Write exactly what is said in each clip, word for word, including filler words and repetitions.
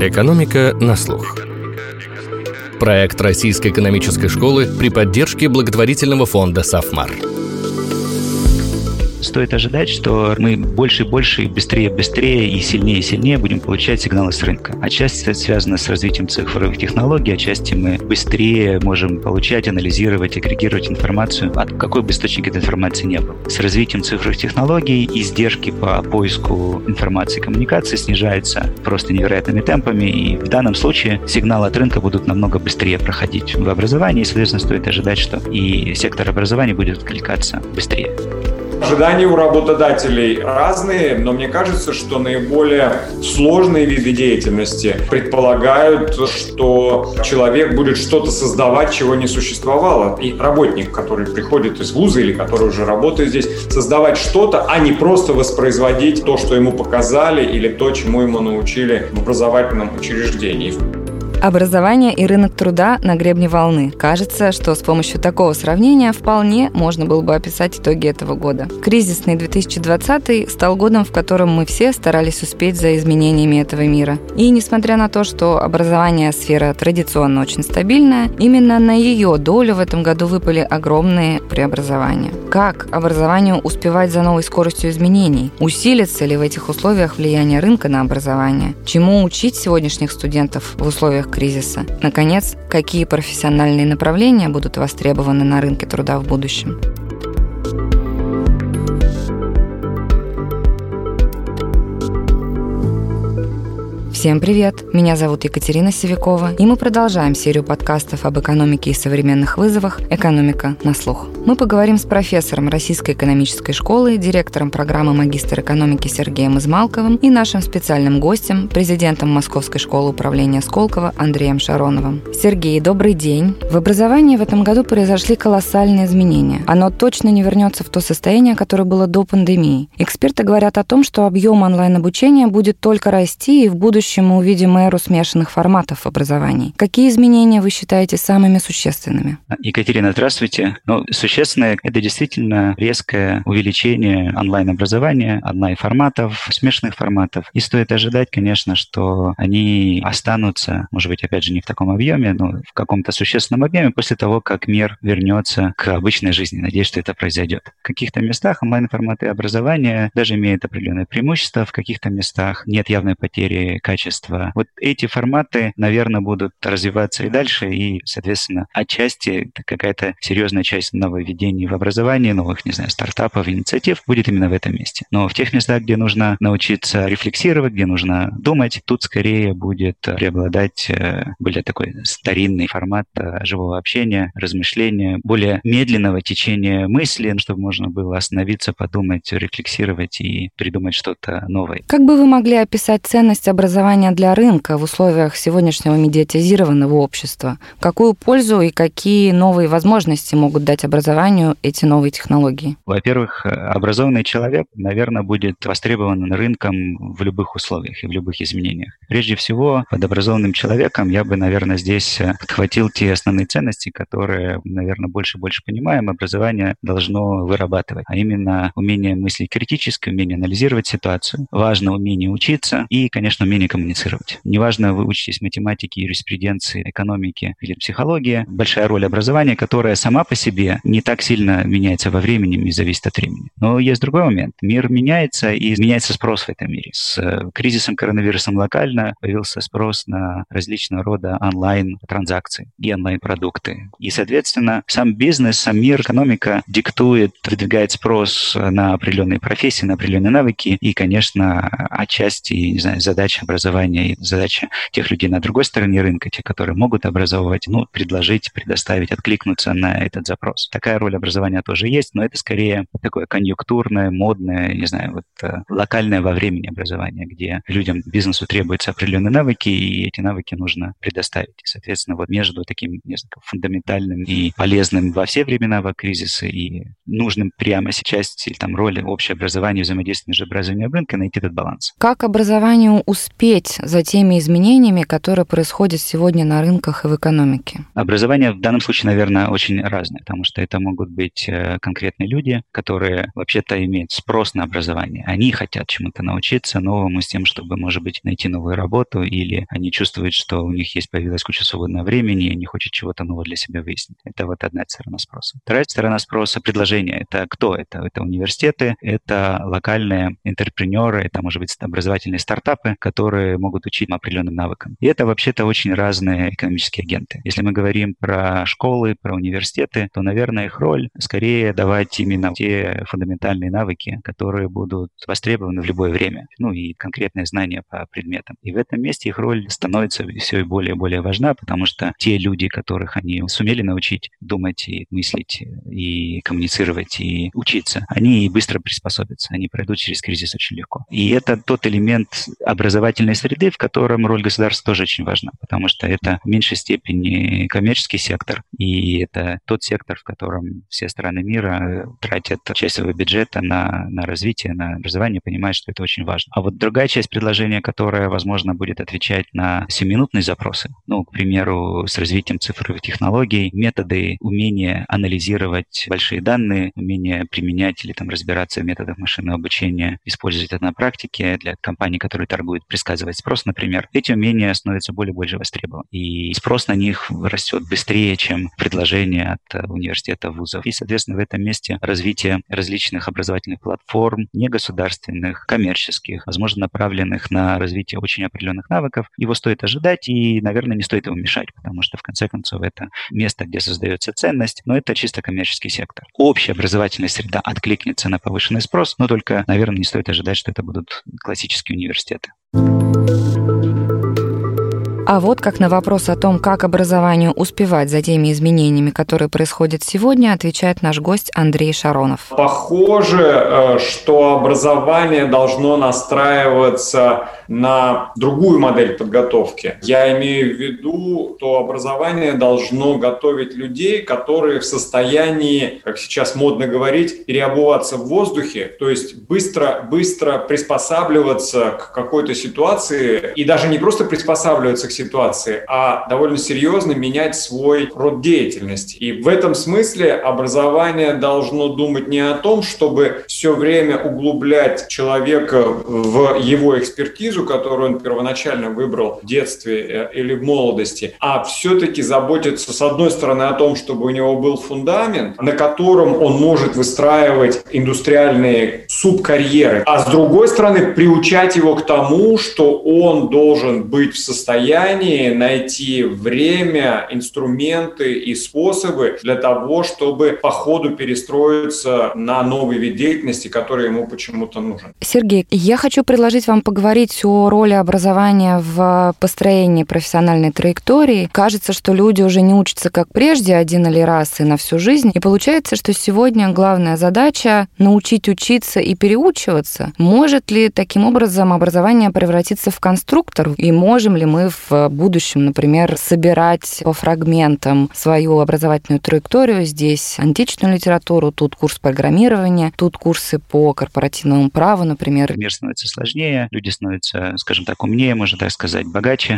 Экономика на слух. Проект Российской экономической школы при поддержке благотворительного фонда «Сафмар». Стоит ожидать, что мы больше и больше, быстрее и быстрее и сильнее и сильнее будем получать сигналы с рынка. Отчасти это связано с развитием цифровых технологий, отчасти мы быстрее можем получать, анализировать, агрегировать информацию, от какой бы источник этой информации не был. С развитием цифровых технологий издержки по поиску информации и коммуникации снижаются просто невероятными темпами, и в данном случае сигналы от рынка будут намного быстрее проходить в образовании, и, соответственно, стоит ожидать, что и сектор образования будет откликаться быстрее. Ожидания у работодателей разные, но мне кажется, что наиболее сложные виды деятельности предполагают, что человек будет что-то создавать, чего не существовало. И работник, который приходит из вуза или который уже работает здесь, создавать что-то, а не просто воспроизводить то, что ему показали, или то, чему ему научили в образовательном учреждении. Образование и рынок труда на гребне волны. Кажется, что с помощью такого сравнения вполне можно было бы описать итоги этого года. Кризисный две тысячи двадцатый стал годом, в котором мы все старались успеть за изменениями этого мира. И несмотря на то, что образование – сфера традиционно очень стабильная, именно на ее долю в этом году выпали огромные преобразования. Как образованию успевать за новой скоростью изменений? Усилится ли в этих условиях влияние рынка на образование? Чему учить сегодняшних студентов в условиях кризиса? Наконец, какие профессиональные направления будут востребованы на рынке труда в будущем? Всем привет! Меня зовут Екатерина Севякова, и мы продолжаем серию подкастов об экономике и современных вызовах «Экономика на слух». Мы поговорим с профессором Российской экономической школы, директором программы «Магистр экономики» Сергеем Измалковым и нашим специальным гостем, президентом Московской школы управления Сколково Андреем Шароновым. Сергей, добрый день! В образовании в этом году произошли колоссальные изменения. Оно точно не вернется в то состояние, которое было до пандемии. Эксперты говорят о том, что объем онлайн-обучения будет только расти, и в будущем мы увидим эру смешанных форматов в образовании. Какие изменения вы считаете самыми существенными? Екатерина, здравствуйте. Ну, существенное – это действительно резкое увеличение онлайн-образования, онлайн-форматов, смешанных форматов. И стоит ожидать, конечно, что они останутся, может быть, опять же, не в таком объеме, но в каком-то существенном объеме после того, как мир вернется к обычной жизни. Надеюсь, что это произойдет. В каких-то местах онлайн-форматы образования даже имеют определенное преимущество, в каких-то местах нет явной потери качества. Вот эти форматы, наверное, будут развиваться и дальше, и, соответственно, отчасти какая-то серьезная часть нововведений в образовании, новых, не знаю, стартапов, инициатив будет именно в этом месте. Но в тех местах, где нужно научиться рефлексировать, где нужно думать, тут скорее будет преобладать более такой старинный формат живого общения, размышления, более медленного течения мысли, чтобы можно было остановиться, подумать, рефлексировать и придумать что-то новое. Как бы вы могли описать ценность образования для рынка в условиях сегодняшнего медиатизированного общества? Какую пользу и какие новые возможности могут дать образованию эти новые технологии? Во-первых, образованный человек, наверное, будет востребован рынком в любых условиях и в любых изменениях. Прежде всего, под образованным человеком я бы, наверное, здесь подхватил те основные ценности, которые, наверное, больше и больше понимаем, образование должно вырабатывать. А именно умение мыслить критически, умение анализировать ситуацию. Важно умение учиться и, конечно, умение коммуницировать. Неважно, вы учитесь математике, юриспруденции, экономике или психологии, большая роль образования, которая сама по себе не так сильно меняется во времени и зависит от времени. Но есть другой момент. Мир меняется, и меняется спрос в этом мире. С кризисом коронавирусом локально появился спрос на различного рода онлайн-транзакции и онлайн-продукты. И, соответственно, сам бизнес, сам мир, экономика диктует, продвигает спрос на определенные профессии, на определенные навыки, и, конечно, отчасти, не знаю, задача образования и задача тех людей на другой стороне рынка, те, которые могут образовывать, ну, предложить, предоставить, откликнуться на этот запрос. Такая роль образования тоже есть, но это скорее такое конъюнктурное, модное, не знаю, вот локальное во времени образование, где людям, бизнесу требуются определенные навыки, и эти навыки нужно предоставить. И, соответственно, вот между таким, не знаю, фундаментальным и полезным во все времена во кризисы и нужным прямо сейчас там роли общее образование, взаимодействие между образованием и рынком, найти этот баланс. Как образованию успеть успеть за теми изменениями, которые происходят сегодня на рынках и в экономике? Образование в данном случае, наверное, очень разное, потому что это могут быть конкретные люди, которые вообще-то имеют спрос на образование. Они хотят чему-то научиться новому с тем, чтобы, может быть, найти новую работу, или они чувствуют, что у них есть появилась куча свободного времени, и они хотят чего-то нового для себя выяснить. Это вот одна сторона спроса. Вторая сторона спроса – предложения. Это кто это? Это университеты, это локальные интерпренеры, это, может быть, образовательные стартапы, которые могут учить определенным навыкам. И это вообще-то очень разные экономические агенты. Если мы говорим про школы, про университеты, то, наверное, их роль скорее давать именно те фундаментальные навыки, которые будут востребованы в любое время. Ну и конкретные знания по предметам. И в этом месте их роль становится все и более и более важна, потому что те люди, которых они сумели научить думать и мыслить, и коммуницировать, и учиться, они быстро приспособятся, они пройдут через кризис очень легко. И это тот элемент образовательной среды, в котором роль государства тоже очень важна, потому что это в меньшей степени коммерческий сектор, и это тот сектор, в котором все страны мира тратят часть своего бюджета на, на развитие, на образование, понимают, что это очень важно. А вот другая часть предложения, которая, возможно, будет отвечать на семиминутные запросы, ну, к примеру, с развитием цифровых технологий, методы, умение анализировать большие данные, умение применять или там разбираться в методах машинного обучения, использовать это на практике для компаний, которые торгуют, предсказывать спрос, например, эти умения становятся более и более востребованы. И спрос на них растет быстрее, чем предложение от университета, вузов. И, соответственно, в этом месте развитие различных образовательных платформ, негосударственных, коммерческих, возможно, направленных на развитие очень определенных навыков, его стоит ожидать, и, наверное, не стоит его мешать, потому что, в конце концов, это место, где создается ценность, но это чисто коммерческий сектор. Общая образовательная среда откликнется на повышенный спрос, но только, наверное, не стоит ожидать, что это будут классические университеты. А вот как на вопрос о том, как образованию успевать за теми изменениями, которые происходят сегодня, отвечает наш гость Андрей Шаронов. Похоже, что образование должно настраиваться на другую модель подготовки. Я имею в виду, что образование должно готовить людей, которые в состоянии, как сейчас модно говорить, переобуваться в воздухе, то есть быстро, быстро приспосабливаться к какой-то ситуации, и даже не просто приспосабливаться к ситуации, а довольно серьезно менять свой род деятельности. И в этом смысле образование должно думать не о том, чтобы все время углублять человека в его экспертизу, которую он первоначально выбрал в детстве или в молодости, а все-таки заботиться, с одной стороны, о том, чтобы у него был фундамент, на котором он может выстраивать индустриальные субкарьеры, а с другой стороны, приучать его к тому, что он должен быть в состоянии найти время, инструменты и способы для того, чтобы по ходу перестроиться на новый вид деятельности, который ему почему-то нужен. Сергей, я хочу предложить вам поговорить о роли образования в построении профессиональной траектории. Кажется, что люди уже не учатся как прежде один или раз и на всю жизнь. И получается, что сегодня главная задача — научить учиться и переучиваться. Может ли таким образом образование превратиться в конструктор? И можем ли мы в будущем, например, собирать по фрагментам свою образовательную траекторию? Здесь античную литературу, тут курс программирования, тут курсы по корпоративному праву, например. Мир становится сложнее, люди становятся, скажем так, умнее, можно так сказать, богаче,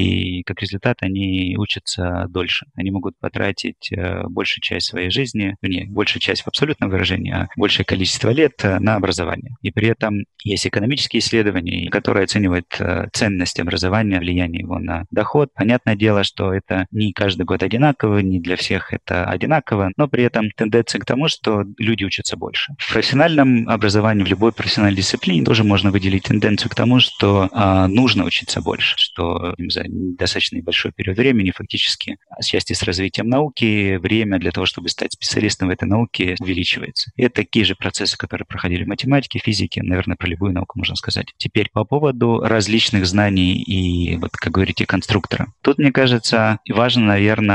и как результат они учатся дольше. Они могут потратить большую часть своей жизни, не, большую часть в абсолютном выражении, а большее количество лет на образование. И при этом есть экономические исследования, которые оценивают ценность образования, влияние его на доход. Понятное дело, что это не каждый год одинаково, не для всех это одинаково, но при этом тенденция к тому, что люди учатся больше. В профессиональном образовании, в любой профессиональной дисциплине тоже можно выделить тенденцию к тому, что а, нужно учиться больше, что за достаточно большой период времени фактически, в части с развитием науки, время для того, чтобы стать специалистом в этой науке, увеличивается. И это такие же процессы, которые проходили в математике, физике, наверное, про любую науку можно сказать. Теперь по поводу различных знаний и, вот, как говорите, конструктора. Тут, мне кажется, важно, наверное,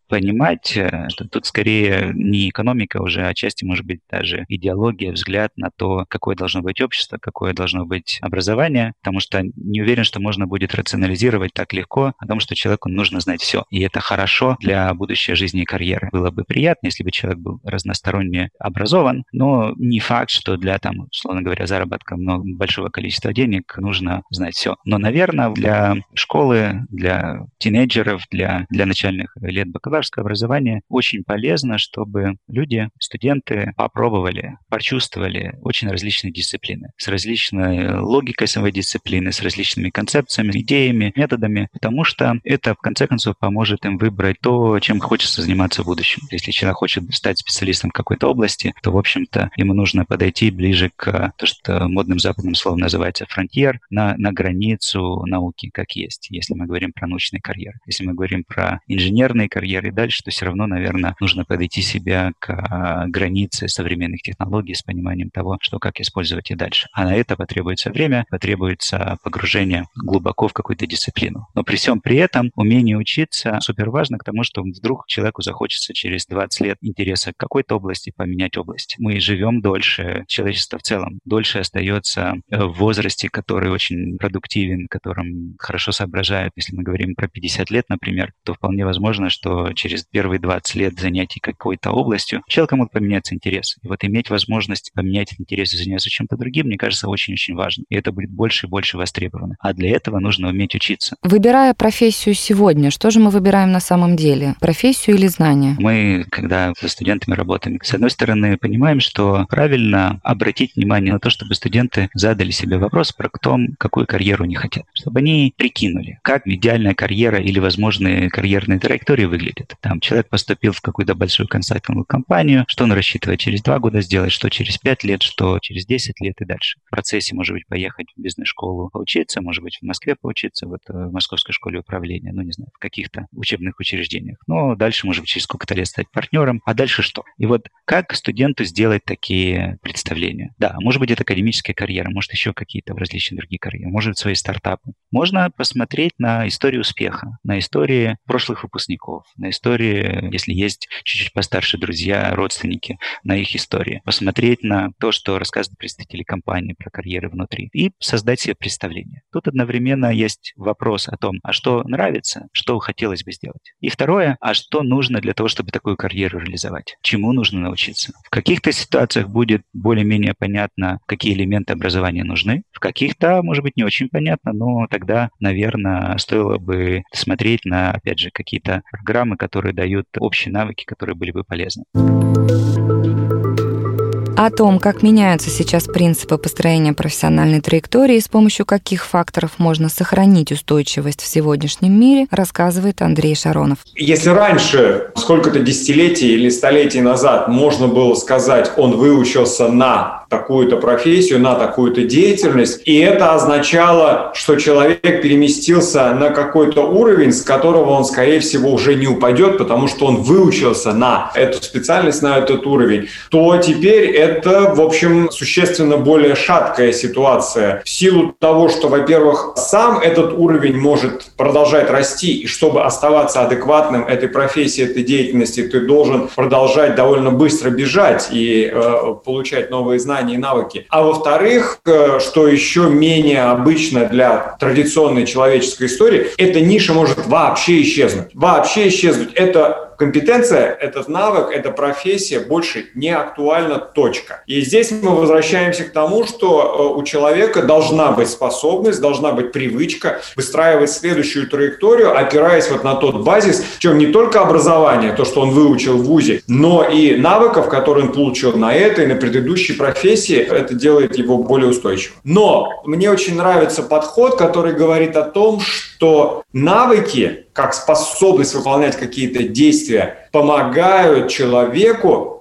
понимать, что тут скорее не экономика уже, а отчасти, может быть, даже идеология, взгляд на то, какое должно быть общество, какое должно быть образование, потому что не уверен, что можно будет рационализировать так легко о том, что человеку нужно знать все. И это хорошо для будущей жизни и карьеры. Было бы приятно, если бы человек был разносторонне образован, но не факт, что для, там, условно говоря, заработка много, большого количества денег нужно знать все. Но, наверное, для школы, для тинейджеров, для, для начальных лет бакалаврского образования очень полезно, чтобы люди, студенты попробовали, почувствовали очень различные дисциплины с различной логикой своей дисциплины, с различными концепциями, идеями, методами, потому что это, в конце концов, поможет им выбрать то, чем хочется заниматься в будущем. Если человек хочет стать специалистом в какой-то области, то, в общем-то, ему нужно подойти ближе к то, что модным западным словом называется фронтир, на, на границу науки, как есть, если мы говорим про научные карьеры. Если мы говорим про инженерные карьеры и дальше, то все равно, наверное, нужно подойти себя к границе современных технологий с пониманием того, что как использовать и дальше. А на это потребуется время, потребуется погружение глубоко в какую-то дисциплину. Но при всем при этом умение учиться супер важно к тому, что вдруг человеку захочется через двадцать лет интереса к какой-то области поменять область. Мы живем дольше, человечество в целом дольше остается в возрасте, который очень продуктивен, которым хорошо соображают. Если мы говорим про пятьдесят лет, например, то вполне возможно, что через первые двадцать лет занятий какой-то областью человеку могут поменяться интересы. И вот иметь возможность поменять интерес и заняться чем-то другим, мне кажется, очень-очень важно. И это будет больше и больше востребовано. А для этого нужно уметь учиться. Выбирая профессию сегодня, что же мы выбираем на самом деле? Профессию или знания? Мы, когда со студентами работаем, с одной стороны, понимаем, что правильно обратить внимание на то, чтобы студенты задали себе вопрос про то, какую карьеру они хотят. Чтобы они прикинули, как идеальная карьера или возможные карьерные траектории выглядят. Там человек поступил в какую-то большую консалтинговую компанию, что он рассчитывает через два года сделать, что через пять лет, что через десять лет и дальше. В процессе, может быть, поехать в бизнес-школу поучиться, может быть, в Москве поучиться, вот в Московской школе управления, ну, не знаю, в каких-то учебных учреждениях. Но дальше, может быть, через сколько-то лет стать партнером. А дальше что? И вот как студенту сделать такие представления? Да, может быть, это академическая карьера, может, еще какие-то различные другие карьеры, может, свои стартапы. Можно посмотреть на историю успеха, на истории прошлых выпускников, на истории, если есть чуть-чуть постарше друзья, родственники, на их истории. Посмотреть на то, что рассказывают представители компании про карьеры внутри и создать себе представление. Тут одновременно есть вопрос о том, а что нравится, что хотелось бы сделать. И второе, а что нужно для того, чтобы такую карьеру реализовать? Чему нужно научиться? В каких-то ситуациях будет более-менее понятно, какие элементы образования нужны. В каких-то, может быть, не очень понятно, но тогда, наверное, стоило бы смотреть на, опять же, какие-то программы, которые дают общие навыки, которые были бы полезны. О том, как меняются сейчас принципы построения профессиональной траектории и с помощью каких факторов можно сохранить устойчивость в сегодняшнем мире, рассказывает Андрей Шаронов. Если раньше, сколько-то десятилетий или столетий назад, можно было сказать, он выучился на такую-то профессию, на такую-то деятельность, и это означало, что человек переместился на какой-то уровень, с которого он, скорее всего, уже не упадет, потому что он выучился на эту специальность, на этот уровень, то теперь это, в общем, существенно более шаткая ситуация. В силу того, что, во-первых, сам этот уровень может продолжать расти, и чтобы оставаться адекватным этой профессии, этой деятельности, ты должен продолжать довольно быстро бежать и э, получать новые знания и навыки. А во-вторых, э, что еще менее обычно для традиционной человеческой истории, эта ниша может вообще исчезнуть. Вообще исчезнуть. Это компетенция, этот навык, эта профессия больше не актуальна, точка. И здесь мы возвращаемся к тому, что у человека должна быть способность, должна быть привычка выстраивать следующую траекторию, опираясь вот на тот базис, в чем не только образование, то, что он выучил в вузе, но и навыков, которые он получил на этой, на предыдущей профессии, это делает его более устойчивым. Но мне очень нравится подход, который говорит о том, что навыки, как способность выполнять какие-то действия, помогают человеку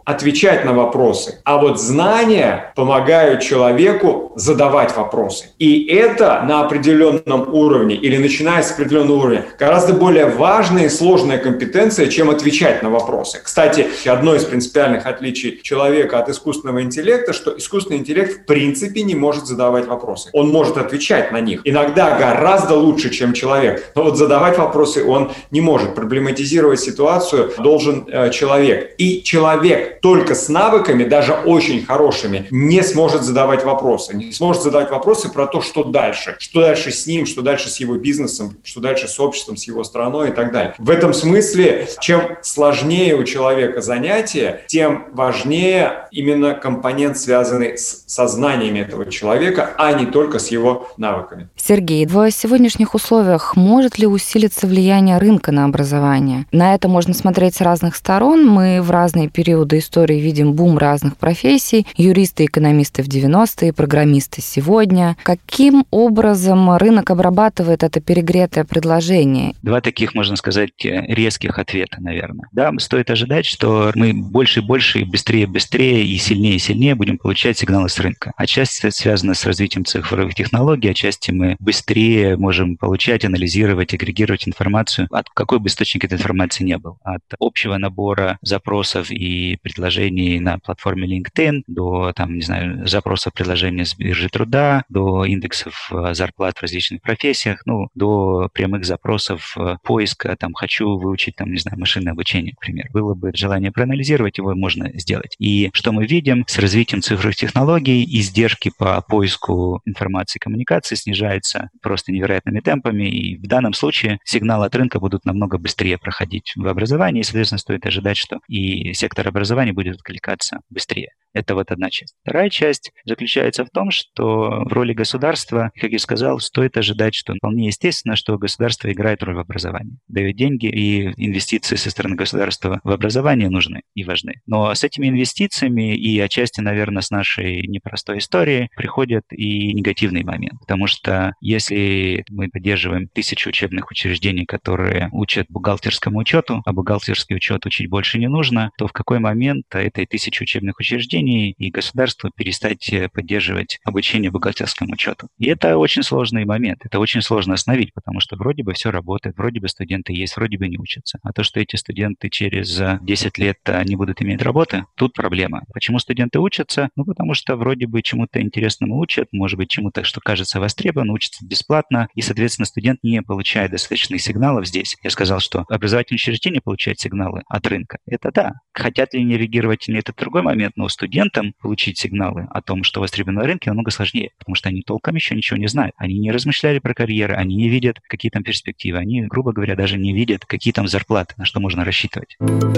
отвечать на вопросы, а вот знания помогают человеку задавать вопросы. И это на определенном уровне или начиная с определенного уровня гораздо более важная и сложная компетенция, чем отвечать на вопросы. Кстати, одно из принципиальных отличий человека от искусственного интеллекта, что искусственный интеллект в принципе не может задавать вопросы. Он может отвечать на них. Иногда гораздо лучше, чем человек. Но вот задавать вопросы он не может. Проблематизировать ситуацию должен э, человек. И человек только с навыками, даже очень хорошими, не сможет задавать вопросы. Не сможет задавать вопросы про то, что дальше. Что дальше с ним, что дальше с его бизнесом, что дальше с обществом, с его страной и так далее. В этом смысле, чем сложнее у человека занятие, тем важнее именно компонент, связанный с сознаниями этого человека, а не только с его навыками. Сергей, в сегодняшних условиях может ли усилиться влияние рынка на образование? На это можно смотреть с разных сторон. Мы в разные периоды истории видим бум разных профессий. Юристы, экономисты в девяностые, программисты сегодня. Каким образом рынок обрабатывает это перегретое предложение? Два таких, можно сказать, резких ответа, наверное. Да, стоит ожидать, что мы больше и больше, и быстрее и быстрее, и сильнее и сильнее будем получать сигналы с рынка. Отчасти это связано с развитием цифровых технологий, отчасти мы быстрее можем получать, анализировать, агрегировать информацию, от какой бы источник этой информации не был. От общего набора запросов и предложений на платформе LinkedIn до, там, не знаю, запросов предложений с биржи труда, до индексов зарплат в различных профессиях, ну, до прямых запросов поиска, там, хочу выучить, там, не знаю, машинное обучение, к примеру. Было бы желание проанализировать, его можно сделать. И что мы видим? С развитием цифровых технологий издержки по поиску информации и коммуникации снижаются просто невероятными темпами, и в данном случае сигналы от рынка будут намного быстрее проходить в образовании, и, соответственно, стоит ожидать, что и сектор образования будет откликаться быстрее. Это вот одна часть. Вторая часть заключается в том, что в роли государства, как я сказал, стоит ожидать, что вполне естественно, что государство играет роль в образовании. Дает деньги, и инвестиции со стороны государства в образование нужны и важны. Но с этими инвестициями и отчасти, наверное, с нашей непростой историей приходит и негативный момент. Потому что если мы поддерживаем тысячи учебных учреждений, которые учат бухгалтерскому учету, а бухгалтерский учет учить больше не нужно, то в какой момент этой тысячи учебных учреждений и государство перестать поддерживать обучение бухгалтерскому учету. И это очень сложный момент. Это очень сложно остановить, потому что вроде бы все работает, вроде бы студенты есть, вроде бы не учатся. А то, что эти студенты через десять лет не будут иметь работы, тут проблема. Почему студенты учатся? Ну, потому что вроде бы чему-то интересному учат, может быть, чему-то, что кажется востребованным, учатся бесплатно, и, соответственно, студент не получает достаточных сигналов здесь. Я сказал, что образовательные учреждения получают сигналы от рынка. Это да. Хотят ли они реагировать или нет, это другой момент, но студентам получить сигналы о том, что востребовано на рынке, намного сложнее, потому что они толком еще ничего не знают. Они не размышляли про карьеры, они не видят, какие там перспективы, они, грубо говоря, даже не видят, какие там зарплаты, на что можно рассчитывать.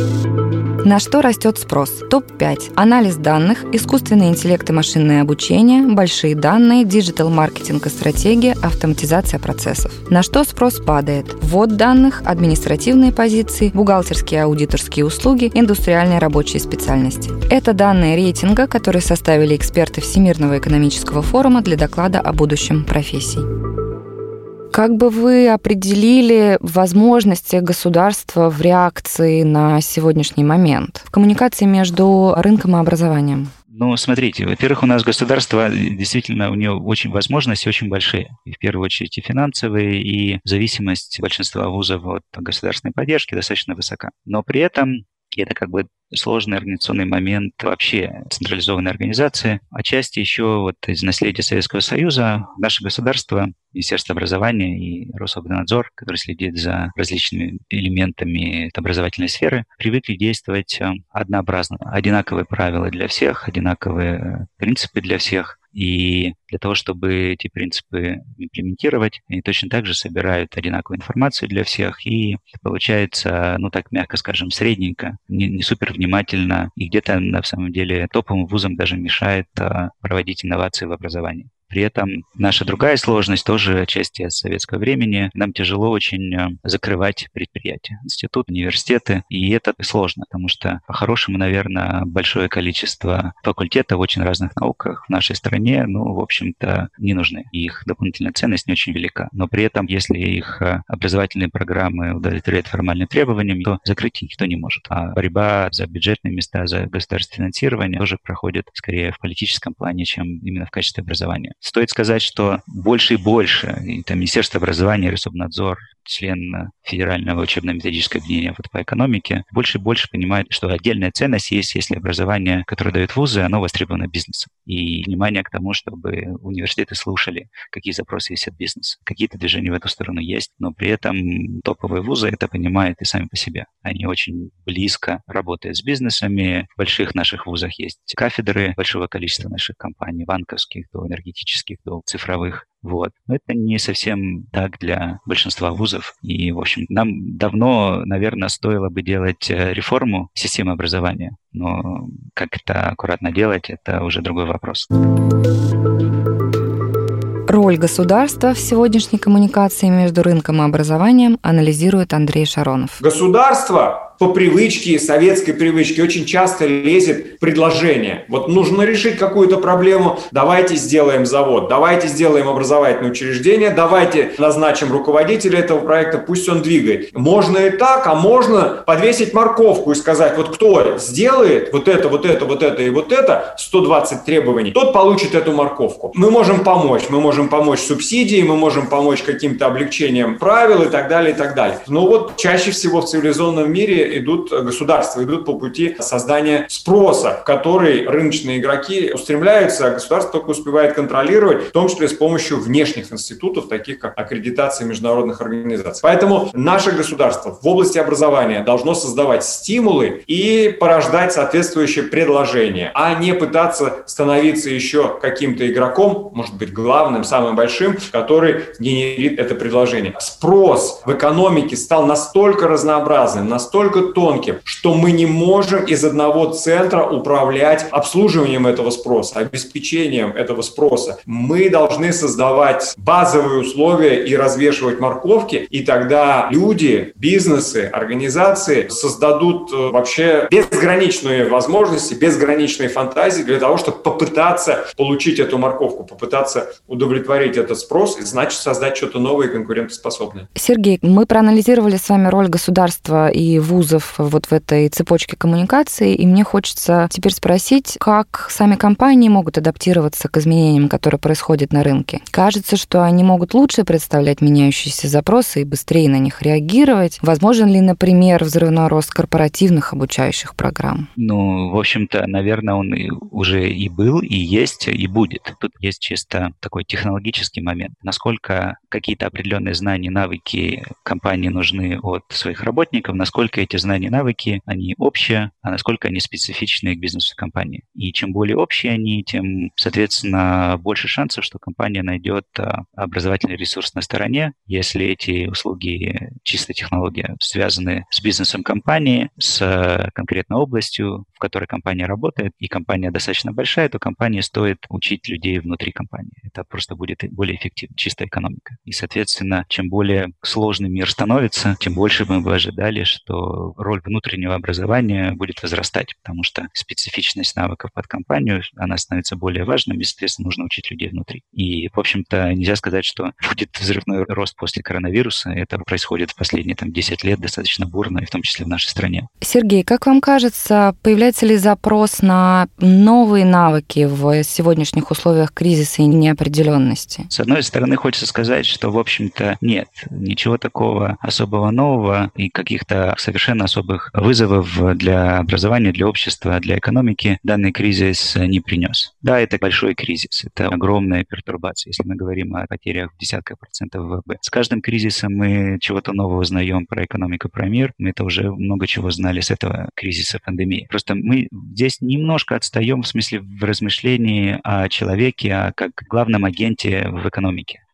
На что растет спрос? топ пять. Анализ данных, искусственный интеллект и машинное обучение, большие данные, диджитал-маркетинг и стратегия, автоматизация процессов. На что спрос падает? Ввод данных, административные позиции, бухгалтерские и аудиторские услуги, индустриальные рабочие специальности. Это данные рейтинга, которые составили эксперты Всемирного экономического форума для доклада о будущем профессий. Как бы вы определили возможности государства в реакции на сегодняшний момент в коммуникации между рынком и образованием? Ну, смотрите, во-первых, у нас государство, действительно, у него очень возможности очень большие. И в первую очередь и финансовые, и зависимость большинства вузов от государственной поддержки достаточно высока. Но при этом это как бы сложный организационный момент вообще централизованной организации. Отчасти еще вот из наследия Советского Союза наше государство, Министерство образования и Рособорнадзор, который следит за различными элементами образовательной сферы, привыкли действовать однообразно. Одинаковые правила для всех, одинаковые принципы для всех. И для того, чтобы эти принципы имплементировать, они точно так же собирают одинаковую информацию для всех. И получается, ну так мягко скажем, средненько, не, не супер внимательно. И где-то, на самом деле, топовым вузам даже мешает а, проводить инновации в образовании. При этом наша другая сложность тоже отчасти от советского времени. Нам тяжело очень закрывать предприятия, институты, университеты, и это сложно, потому что по-хорошему, наверное, большое количество факультетов в очень разных науках в нашей стране, ну, в общем-то, не нужны. Их дополнительная ценность не очень велика. Но при этом, если их образовательные программы удовлетворяют формальным требованиям, то закрыть их никто не может. А борьба за бюджетные места, за государственное финансирование тоже проходит скорее в политическом плане, чем именно в качестве образования. Стоит сказать, что больше и больше, и там Министерство образования, Рособнадзор, член Федерального учебно-методического объединения вот по экономике, больше и больше понимает, что отдельная ценность есть, если образование, которое дают вузы, оно востребовано бизнесом. И внимание к тому, чтобы университеты слушали, какие запросы есть от бизнеса. Какие-то движения в эту сторону есть, но при этом топовые вузы это понимают и сами по себе. Они очень близко работают с бизнесами. В больших наших вузах есть кафедры большого количества наших компаний, банковских, до энергетических, до цифровых. Вот. Но это не совсем так для большинства вузов. И, в общем, нам давно, наверное, стоило бы делать реформу системы образования. Но как это аккуратно делать, это уже другой вопрос. Роль государства в сегодняшней коммуникации между рынком и образованием анализирует Андрей Шаронов. Государство по привычке, советской привычке, очень часто лезет в предложение. Вот нужно решить какую-то проблему, давайте сделаем завод, давайте сделаем образовательное учреждение, давайте назначим руководителя этого проекта, пусть он двигает. Можно и так, а можно подвесить морковку и сказать, вот кто сделает вот это, вот это, вот это и вот это, сто двадцать требований, тот получит эту морковку. Мы можем помочь, мы можем помочь субсидией, мы можем помочь каким-то облегчением правил и так далее, и так далее. Но вот чаще всего в цивилизованном мире идут государства, идут по пути создания спроса, в который рыночные игроки устремляются, а государство только успевает контролировать, в том числе с помощью внешних институтов, таких как аккредитация международных организаций. Поэтому наше государство в области образования должно создавать стимулы и порождать соответствующие предложения, а не пытаться становиться еще каким-то игроком, может быть, главным, самым большим, который генерит это предложение. Спрос в экономике стал настолько разнообразным, настолько тонким, что мы не можем из одного центра управлять обслуживанием этого спроса, обеспечением этого спроса. Мы должны создавать базовые условия и развешивать морковки, и тогда люди, бизнесы, организации создадут вообще безграничные возможности, безграничные фантазии для того, чтобы попытаться получить эту морковку, попытаться удовлетворить этот спрос, и значит создать что-то новое и конкурентоспособное. Сергей, мы проанализировали с вами роль государства и вузов вот в этой цепочке коммуникации, и мне хочется теперь спросить, как сами компании могут адаптироваться к изменениям, которые происходят на рынке. Кажется, что они могут лучше представлять меняющиеся запросы и быстрее на них реагировать. Возможен ли, например, взрывной рост корпоративных обучающих программ? Ну, в общем-то, наверное, он и уже и был, и есть, и будет. Тут есть чисто такой технологический момент. Насколько какие-то определенные знания, навыки компании нужны от своих работников, насколько эти знания, навыки, они общие, а насколько они специфичны к бизнесу компании. И чем более общие они, тем, соответственно, больше шансов, что компания найдет образовательный ресурс на стороне, если эти услуги, чисто технология, связаны с бизнесом компании, с конкретной областью, в которой компания работает, и компания достаточно большая, то компании стоит учить людей внутри компании. Это просто будет более эффективно, чистая экономика. И, соответственно, чем более сложный мир становится, тем больше мы бы ожидали, что роль внутреннего образования будет возрастать, потому что специфичность навыков под компанию, она становится более важной, и, соответственно, нужно учить людей внутри. И, в общем-то, нельзя сказать, что будет взрывной рост после коронавируса. Это происходит в последние там, десять лет достаточно бурно, и в том числе в нашей стране. Сергей, как вам кажется, появляется ли запрос на новые навыки в сегодняшних условиях кризиса и неопределенности? С одной стороны, хочется сказать, что, в общем-то, нет, ничего такого особого нового и каких-то совершенно особых вызовов для образования, для общества, для экономики данный кризис не принес. Да, это большой кризис, это огромная пертурбация, если мы говорим о потерях в десятках процентов ВВП. С каждым кризисом мы чего-то нового узнаем про экономику, про мир. Мы это уже много чего знали с этого кризиса пандемии. Просто мы здесь немножко отстаем в смысле в размышлении о человеке, о как главном агенте в экономике.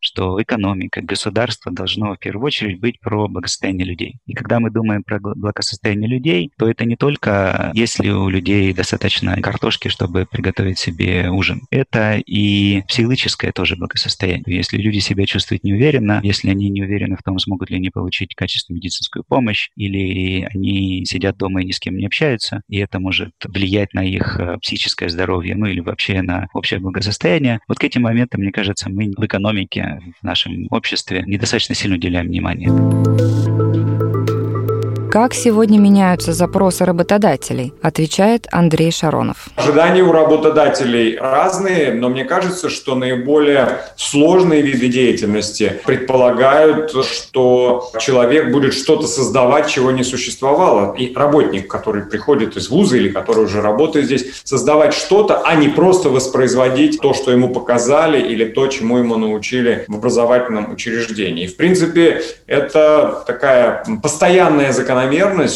что экономика, государство должно в первую очередь быть про благосостояние людей. И когда мы думаем про благосостояние людей, то это не только если у людей достаточно картошки, чтобы приготовить себе ужин. Это и психологическое тоже благосостояние. Если люди себя чувствуют неуверенно, если они не уверены в том, смогут ли они получить качественную медицинскую помощь, или они сидят дома и ни с кем не общаются, и это может влиять на их психическое здоровье, ну или вообще на общее благосостояние, вот к этим моментам, мне кажется, мы в экономике, в нашем обществе недостаточно сильно уделяем внимания. Как сегодня меняются запросы работодателей, отвечает Андрей Шаронов. Ожидания у работодателей разные, но мне кажется, что наиболее сложные виды деятельности предполагают, что человек будет что-то создавать, чего не существовало. И работник, который приходит из вуза или который уже работает здесь, создавать что-то, а не просто воспроизводить то, что ему показали, или то, чему ему научили в образовательном учреждении. И, в принципе, это такая постоянная закономерность,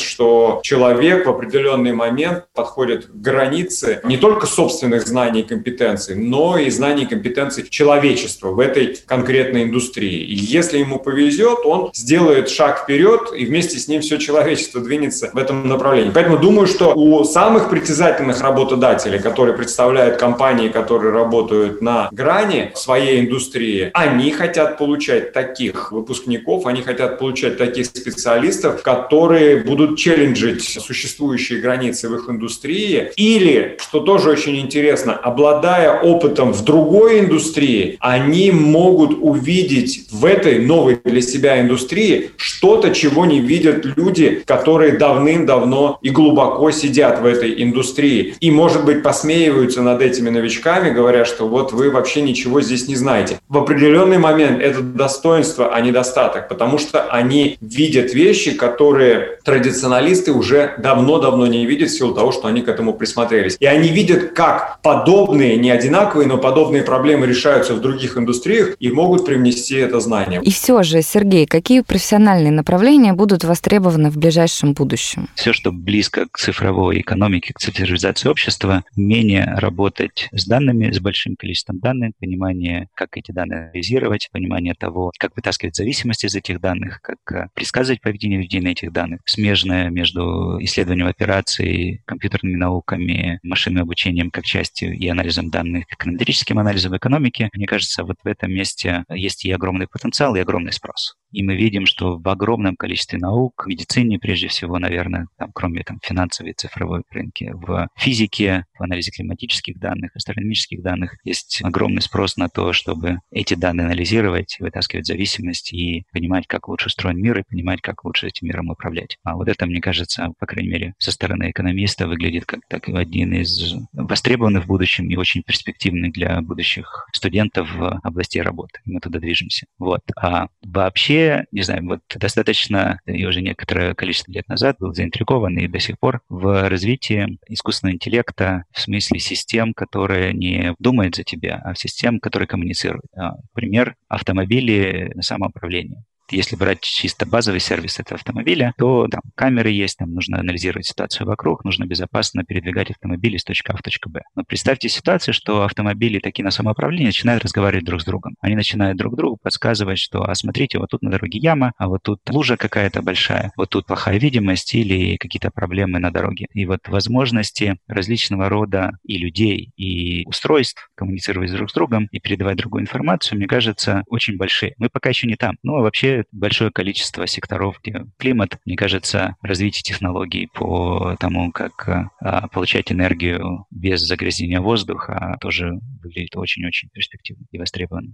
что человек в определенный момент подходит к границе не только собственных знаний и компетенций, но и знаний и компетенций человечества в этой конкретной индустрии. И если ему повезет, он сделает шаг вперед, и вместе с ним все человечество двинется в этом направлении. Поэтому думаю, что у самых притязательных работодателей, которые представляют компании, которые работают на грани своей индустрии, они хотят получать таких выпускников, они хотят получать таких специалистов, которые будут челленджить существующие границы в их индустрии, или, что тоже очень интересно, обладая опытом в другой индустрии, они могут увидеть в этой новой для себя индустрии что-то, чего не видят люди, которые давным-давно и глубоко сидят в этой индустрии. И, может быть, посмеиваются над этими новичками, говоря, что вот вы вообще ничего здесь не знаете. В определенный момент это достоинство, а не недостаток, потому что они видят вещи, которые традиционалисты уже давно-давно не видят в силу того, что они к этому присмотрелись. И они видят, как подобные, не одинаковые, но подобные проблемы решаются в других индустриях и могут привнести это знание. И все же, Сергей, какие профессиональные направления будут востребованы в ближайшем будущем? Все, что близко к цифровой экономике, к цифровизации общества, умение работать с данными, с большим количеством данных, понимание, как эти данные анализировать, понимание того, как вытаскивать зависимость из этих данных, как предсказывать поведение людей на этих данных, смежное между исследованием операций, компьютерными науками, машинным обучением как частью и анализом данных, эконометрическим анализом экономики. Мне кажется, вот в этом месте есть и огромный потенциал, и огромный спрос. И мы видим, что в огромном количестве наук, в медицине прежде всего, наверное, там, кроме там, финансовой и цифровой рынки, в физике, в анализе климатических данных, астрономических данных есть огромный спрос на то, чтобы эти данные анализировать, вытаскивать зависимость и понимать, как лучше устроен мир, и понимать, как лучше этим миром управлять. А вот это, мне кажется, по крайней мере, со стороны экономиста выглядит как так, один из востребованных в будущем и очень перспективных для будущих студентов в области работы. Мы туда движемся. Вот. А вообще, не знаю, вот достаточно, я уже некоторое количество лет назад был заинтригован и до сих пор в развитии искусственного интеллекта в смысле систем, которые не думают за тебя, а систем, которые коммуницируют. Например, автомобили на самоуправлении. Если брать чисто базовый сервис этого автомобиля, то там камеры есть, там нужно анализировать ситуацию вокруг, нужно безопасно передвигать автомобиль из точки А в точку Б. Но представьте ситуацию, что автомобили такие на самоуправлении начинают разговаривать друг с другом. Они начинают друг другу подсказывать, что, а смотрите, вот тут на дороге яма, а вот тут лужа какая-то большая, вот тут плохая видимость или какие-то проблемы на дороге. И вот возможности различного рода и людей, и устройств коммуницировать друг с другом и передавать другую информацию, мне кажется, очень большие. Мы пока еще не там. Ну, а вообще большое количество секторов, где климат, мне кажется, развитие технологий по тому, как а, получать энергию без загрязнения воздуха, тоже выглядит очень-очень перспективно и востребованно.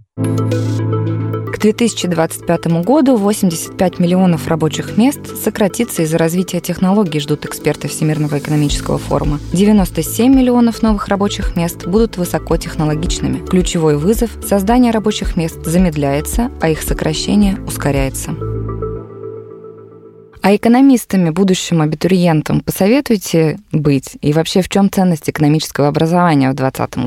К две тысячи двадцать пятому году восемьдесят пять миллионов рабочих мест сократится из-за развития технологий, ждут эксперты Всемирного экономического форума. девяносто семь миллионов новых рабочих мест будут высокотехнологичными. Ключевой вызов – создание рабочих мест замедляется, а их сокращение ускоряется. А экономистами, будущим абитуриентам посоветуйте быть? И вообще, в чем ценность экономического образования в двадцатом году?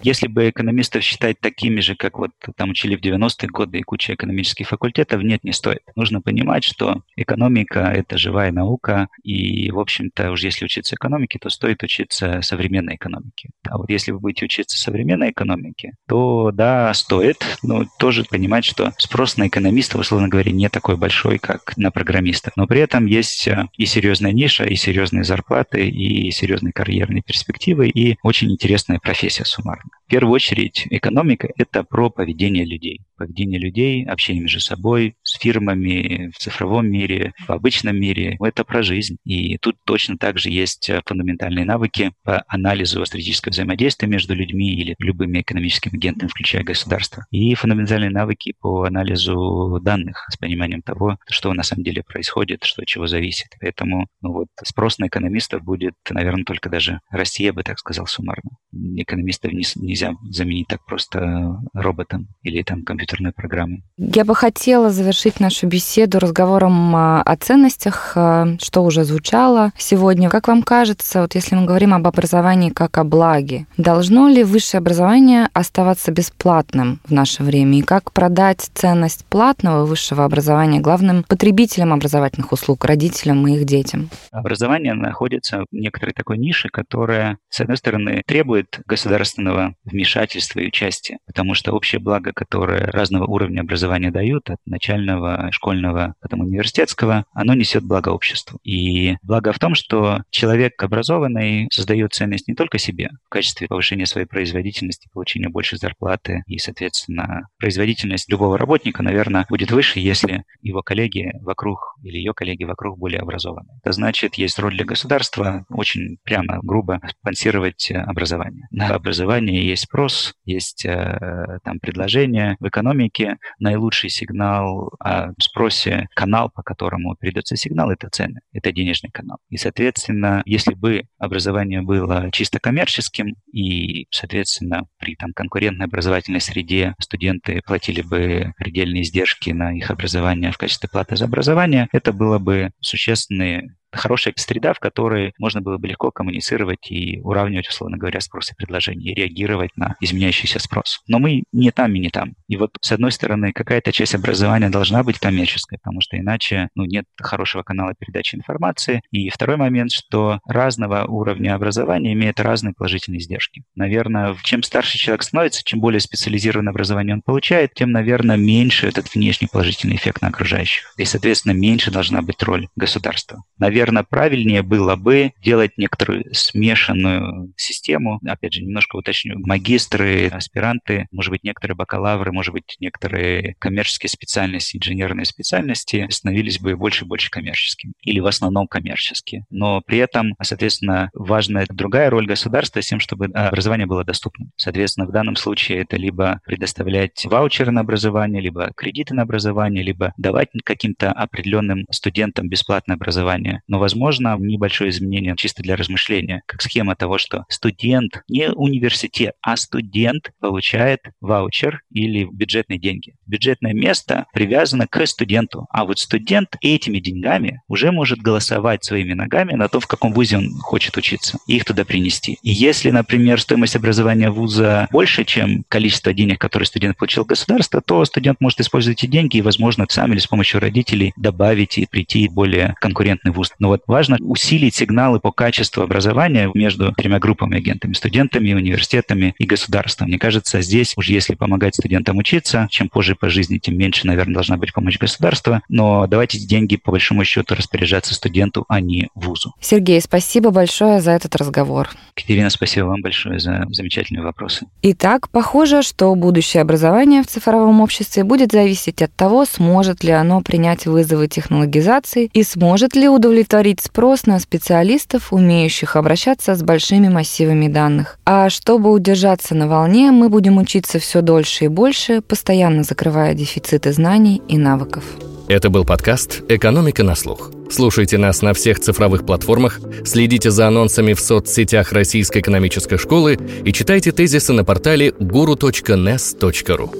Если бы экономистов считать такими же, как вот там учили в девяностые годы и куча экономических факультетов, нет, не стоит. Нужно понимать, что экономика — это живая наука, и, в общем-то, уж если учиться экономике, то стоит учиться современной экономике. А вот если вы будете учиться современной экономике, то да, стоит, но тоже понимать, что спрос на экономистов, условно говоря, не такой большой, как на программистов. Но при этом есть и серьезная ниша, и серьезные зарплаты, и серьезные карьерные перспективы, и очень интересная профессия суммарно. В первую очередь, экономика — это про поведение людей. Поведение людей, общение между собой, с фирмами, в цифровом мире, в обычном мире. Это про жизнь. И тут точно так же есть фундаментальные навыки по анализу стратегического взаимодействия между людьми или любыми экономическими агентами, включая государство. И фундаментальные навыки по анализу данных с пониманием того, что на самом деле происходит, что от чего зависит. Поэтому ну вот, спрос на экономистов будет, наверное, только даже расти, я бы так сказал, суммарно. Экономистов не, нельзя заменить так просто роботом или там компьютерной программой. Я бы хотела завершить нашу беседу разговором о ценностях, что уже звучало сегодня. Как вам кажется, вот если мы говорим об образовании как о благе, должно ли высшее образование оставаться бесплатным в наше время? И как продать ценность платного высшего образования главным потребителям образовательных услуг, родителям и их детям? Образование находится в некоторой такой нише, которая, с одной стороны, требует государственного вмешательства и участия, потому что общее благо, которое разного уровня образования дают, от начального, школьного, потом университетского, оно несет благо обществу. И благо в том, что человек образованный создает ценность не только себе в качестве повышения своей производительности, получения большей зарплаты, и, соответственно, производительность любого работника, наверное, будет выше, если его коллеги вокруг или ее коллеги вокруг более образованы. Это значит, есть роль для государства очень прямо, грубо спонсировать образование. На образование есть спрос, есть э, там предложение. В экономике наилучший сигнал о спросе, канал, по которому передается сигнал, это цены, это денежный канал. И, соответственно, если бы образование было чисто коммерческим и, соответственно, при там, конкурентной образовательной среде студенты платили бы предельные издержки на их образование в качестве платы за образование, это было бы существенные хорошая среда, в которой можно было бы легко коммуницировать и уравнивать, условно говоря, спрос и предложение, и реагировать на изменяющийся спрос. Но мы не там и не там. И вот, с одной стороны, какая-то часть образования должна быть коммерческой, потому что иначе ну, нет хорошего канала передачи информации. И второй момент, что разного уровня образования имеет разные положительные издержки. Наверное, чем старше человек становится, чем более специализированное образование он получает, тем, наверное, меньше этот внешний положительный эффект на окружающих. И, соответственно, меньше должна быть роль государства. Наверное, Наверное, правильнее было бы делать некоторую смешанную систему. Опять же, немножко уточню. Магистры, аспиранты, может быть, некоторые бакалавры, может быть, некоторые коммерческие специальности, инженерные специальности становились бы больше и больше коммерческими. Или в основном коммерческие. Но при этом, соответственно, важна другая роль государства с тем, чтобы образование было доступным. Соответственно, в данном случае это либо предоставлять ваучеры на образование, либо кредиты на образование, либо давать каким-то определенным студентам бесплатное образование. Но, возможно, небольшое изменение чисто для размышления, как схема того, что студент, не университет, а студент получает ваучер или бюджетные деньги. Бюджетное место привязано к студенту, а вот студент этими деньгами уже может голосовать своими ногами на то, в каком вузе он хочет учиться, и их туда принести. И если, например, стоимость образования вуза больше, чем количество денег, которые студент получил от государства, то студент может использовать эти деньги и, возможно, сам или с помощью родителей добавить и прийти в более конкурентный вуз. Но вот важно усилить сигналы по качеству образования между тремя группами агентами, студентами, университетами и государством. Мне кажется, здесь уж если помогать студентам учиться, чем позже по жизни, тем меньше, наверное, должна быть помощь государства. Но давайте эти деньги, по большому счету, распоряжаться студенту, а не вузу. Сергей, спасибо большое за этот разговор. Катерина, спасибо вам большое за замечательные вопросы. Итак, похоже, что будущее образование в цифровом обществе будет зависеть от того, сможет ли оно принять вызовы технологизации и сможет ли удовлетворить спрос на специалистов, умеющих обращаться с большими массивами данных. А чтобы удержаться на волне, мы будем учиться все дольше и больше, постоянно закрывая дефициты знаний и навыков. Это был подкаст «Экономика на слух». Слушайте нас на всех цифровых платформах, следите за анонсами в соцсетях Российской экономической школы и читайте тезисы на портале гуру точка нес точка ру.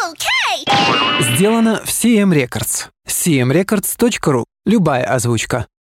Сделано в си эм Records. си эм рекордс точка ру. Любая озвучка.